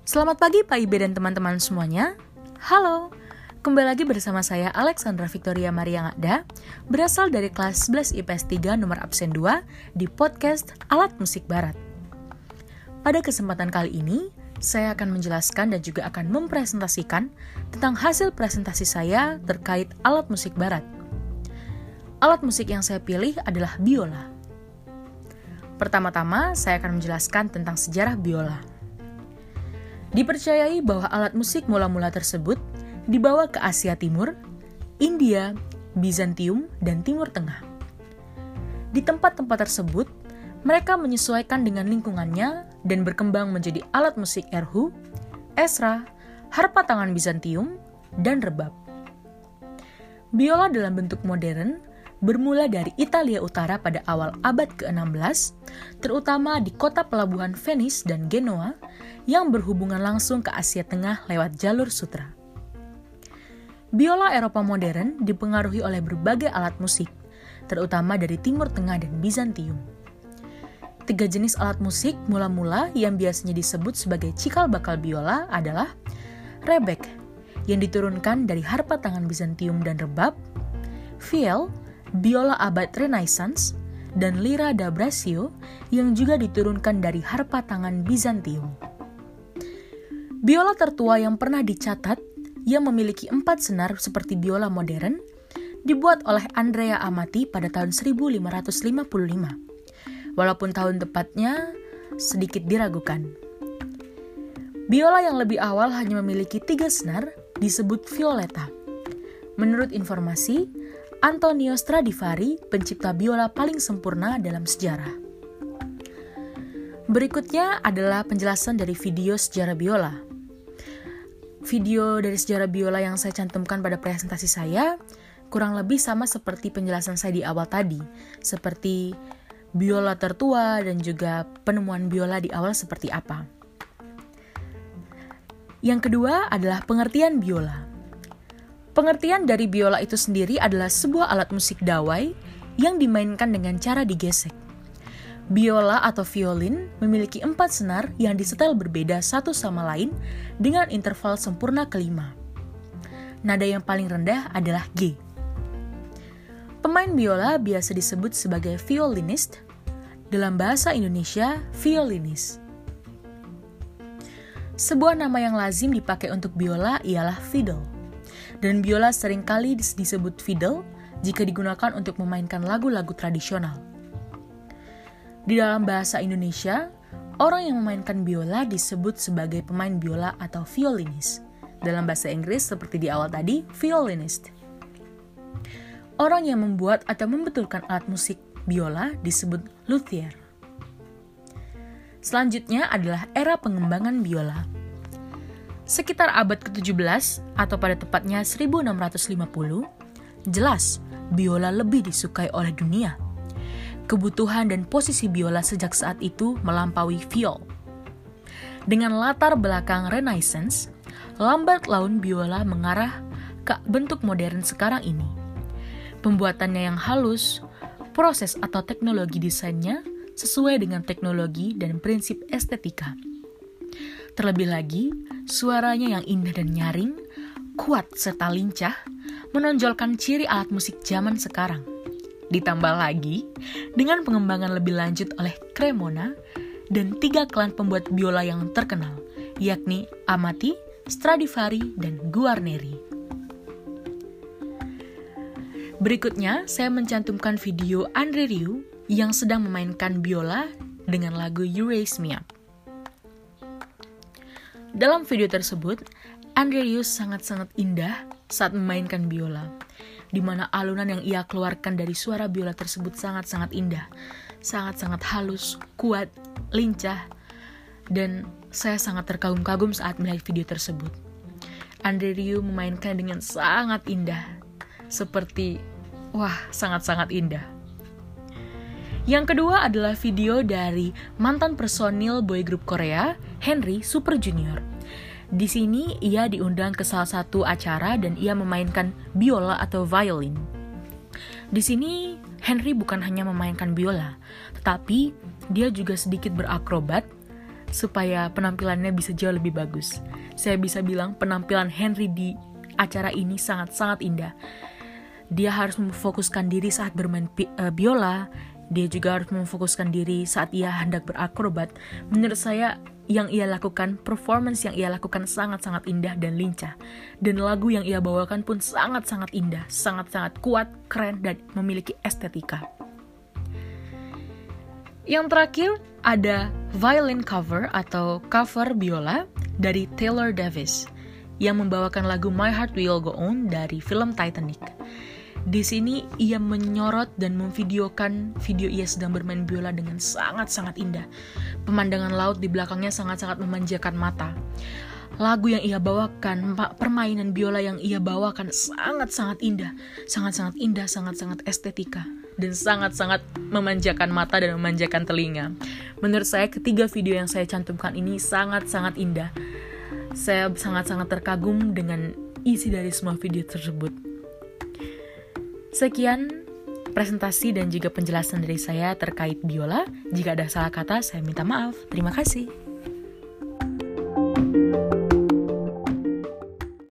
Selamat pagi Pak Ibe dan teman-teman semuanya. Halo, kembali lagi bersama saya Alexandra Victoria Maria Ngada, berasal dari kelas 11 IPS 3 nomor absen 2 di podcast Alat Musik Barat. Pada kesempatan kali ini, saya akan menjelaskan dan juga akan mempresentasikan tentang hasil presentasi saya terkait alat musik barat. Alat musik yang saya pilih adalah biola. Pertama-tama, saya akan menjelaskan tentang sejarah biola. Dipercayai bahwa alat musik mula-mula tersebut dibawa ke Asia Timur, India, Bizantium, dan Timur Tengah. Di tempat-tempat tersebut, mereka menyesuaikan dengan lingkungannya dan berkembang menjadi alat musik erhu, esra, harpa tangan Bizantium, dan rebab. Biola dalam bentuk modern bermula dari Italia Utara pada awal abad ke-16, terutama di kota pelabuhan Venice dan Genoa yang berhubungan langsung ke Asia Tengah lewat jalur sutra. Biola Eropa modern dipengaruhi oleh berbagai alat musik, terutama dari Timur Tengah dan Bizantium. 3 jenis alat musik mula-mula yang biasanya disebut sebagai cikal bakal biola adalah rebek, yang diturunkan dari harpa tangan Bizantium dan rebab, viol, biola abad Renaissance, dan lira da braccio yang juga diturunkan dari harpa tangan Bizantium. Biola tertua yang pernah dicatat yang memiliki 4 senar seperti biola modern dibuat oleh Andrea Amati pada tahun 1555, walaupun tahun tepatnya sedikit diragukan. Biola yang lebih awal hanya memiliki 3 senar disebut violetta. Menurut informasi, Antonio Stradivari, pencipta biola paling sempurna dalam sejarah. Berikutnya adalah penjelasan dari video sejarah biola. Video dari sejarah biola yang saya cantumkan pada presentasi saya kurang lebih sama seperti penjelasan saya di awal tadi, seperti biola tertua dan juga penemuan biola di awal seperti apa. Yang kedua adalah pengertian biola. Pengertian dari biola itu sendiri adalah sebuah alat musik dawai yang dimainkan dengan cara digesek. Biola atau violin memiliki 4 senar yang disetel berbeda satu sama lain dengan interval sempurna kelima. Nada yang paling rendah adalah G. Pemain biola biasa disebut sebagai violinist, dalam bahasa Indonesia violinis. Sebuah nama yang lazim dipakai untuk biola ialah fiddle. Dan biola seringkali disebut fiddle jika digunakan untuk memainkan lagu-lagu tradisional. Di dalam bahasa Indonesia, orang yang memainkan biola disebut sebagai pemain biola atau violinis. Dalam bahasa Inggris seperti di awal tadi, violinist. Orang yang membuat atau membetulkan alat musik biola disebut luthier. Selanjutnya adalah era pengembangan biola. Sekitar abad ke-17 atau pada tepatnya 1650, jelas biola lebih disukai oleh dunia. Kebutuhan dan posisi biola sejak saat itu melampaui viol. Dengan latar belakang Renaissance, lambat laun biola mengarah ke bentuk modern sekarang ini. Pembuatannya yang halus, proses atau teknologi desainnya sesuai dengan teknologi dan prinsip estetika. Terlebih lagi, suaranya yang indah dan nyaring, kuat serta lincah, menonjolkan ciri alat musik zaman sekarang. Ditambah lagi, dengan pengembangan lebih lanjut oleh Cremona dan 3 klan pembuat biola yang terkenal, yakni Amati, Stradivari, dan Guarneri. Berikutnya, saya mencantumkan video Andre Rieu yang sedang memainkan biola dengan lagu You Raise Me Up. Dalam video tersebut, Andre Rieu sangat-sangat indah saat memainkan biola, di mana alunan yang ia keluarkan dari suara biola tersebut sangat-sangat indah, sangat-sangat halus, kuat, lincah, dan saya sangat terkagum-kagum saat melihat video tersebut. Andre Rieu memainkan dengan sangat indah, seperti, sangat-sangat indah. Yang kedua adalah video dari mantan personil boy group Korea, Henry Super Junior. Di sini ia diundang ke salah satu acara dan ia memainkan biola atau violin. Di sini Henry bukan hanya memainkan biola, tetapi dia juga sedikit berakrobat supaya penampilannya bisa jauh lebih bagus. Saya bisa bilang penampilan Henry di acara ini sangat-sangat indah. Dia harus memfokuskan diri saat bermain biola. Dia juga harus memfokuskan diri saat ia hendak berakrobat. Menurut saya, yang ia lakukan, performance yang ia lakukan sangat-sangat indah dan lincah. Dan lagu yang ia bawakan pun sangat-sangat indah, sangat-sangat kuat, keren, dan memiliki estetika. Yang terakhir, ada violin cover atau cover biola dari Taylor Davis yang membawakan lagu My Heart Will Go On dari film Titanic. Di sini ia menyorot dan memvideokan video ia sedang bermain biola dengan sangat-sangat indah. Pemandangan laut di belakangnya sangat-sangat memanjakan mata. Lagu yang ia bawakan, permainan biola yang ia bawakan sangat-sangat indah, sangat-sangat estetika, dan sangat-sangat memanjakan mata dan memanjakan telinga. Menurut saya, ketiga video yang saya cantumkan ini sangat-sangat indah. Saya sangat-sangat terkagum dengan isi dari semua video tersebut. Sekian presentasi dan juga penjelasan dari saya terkait biola. Jika ada salah kata, saya minta maaf. Terima kasih.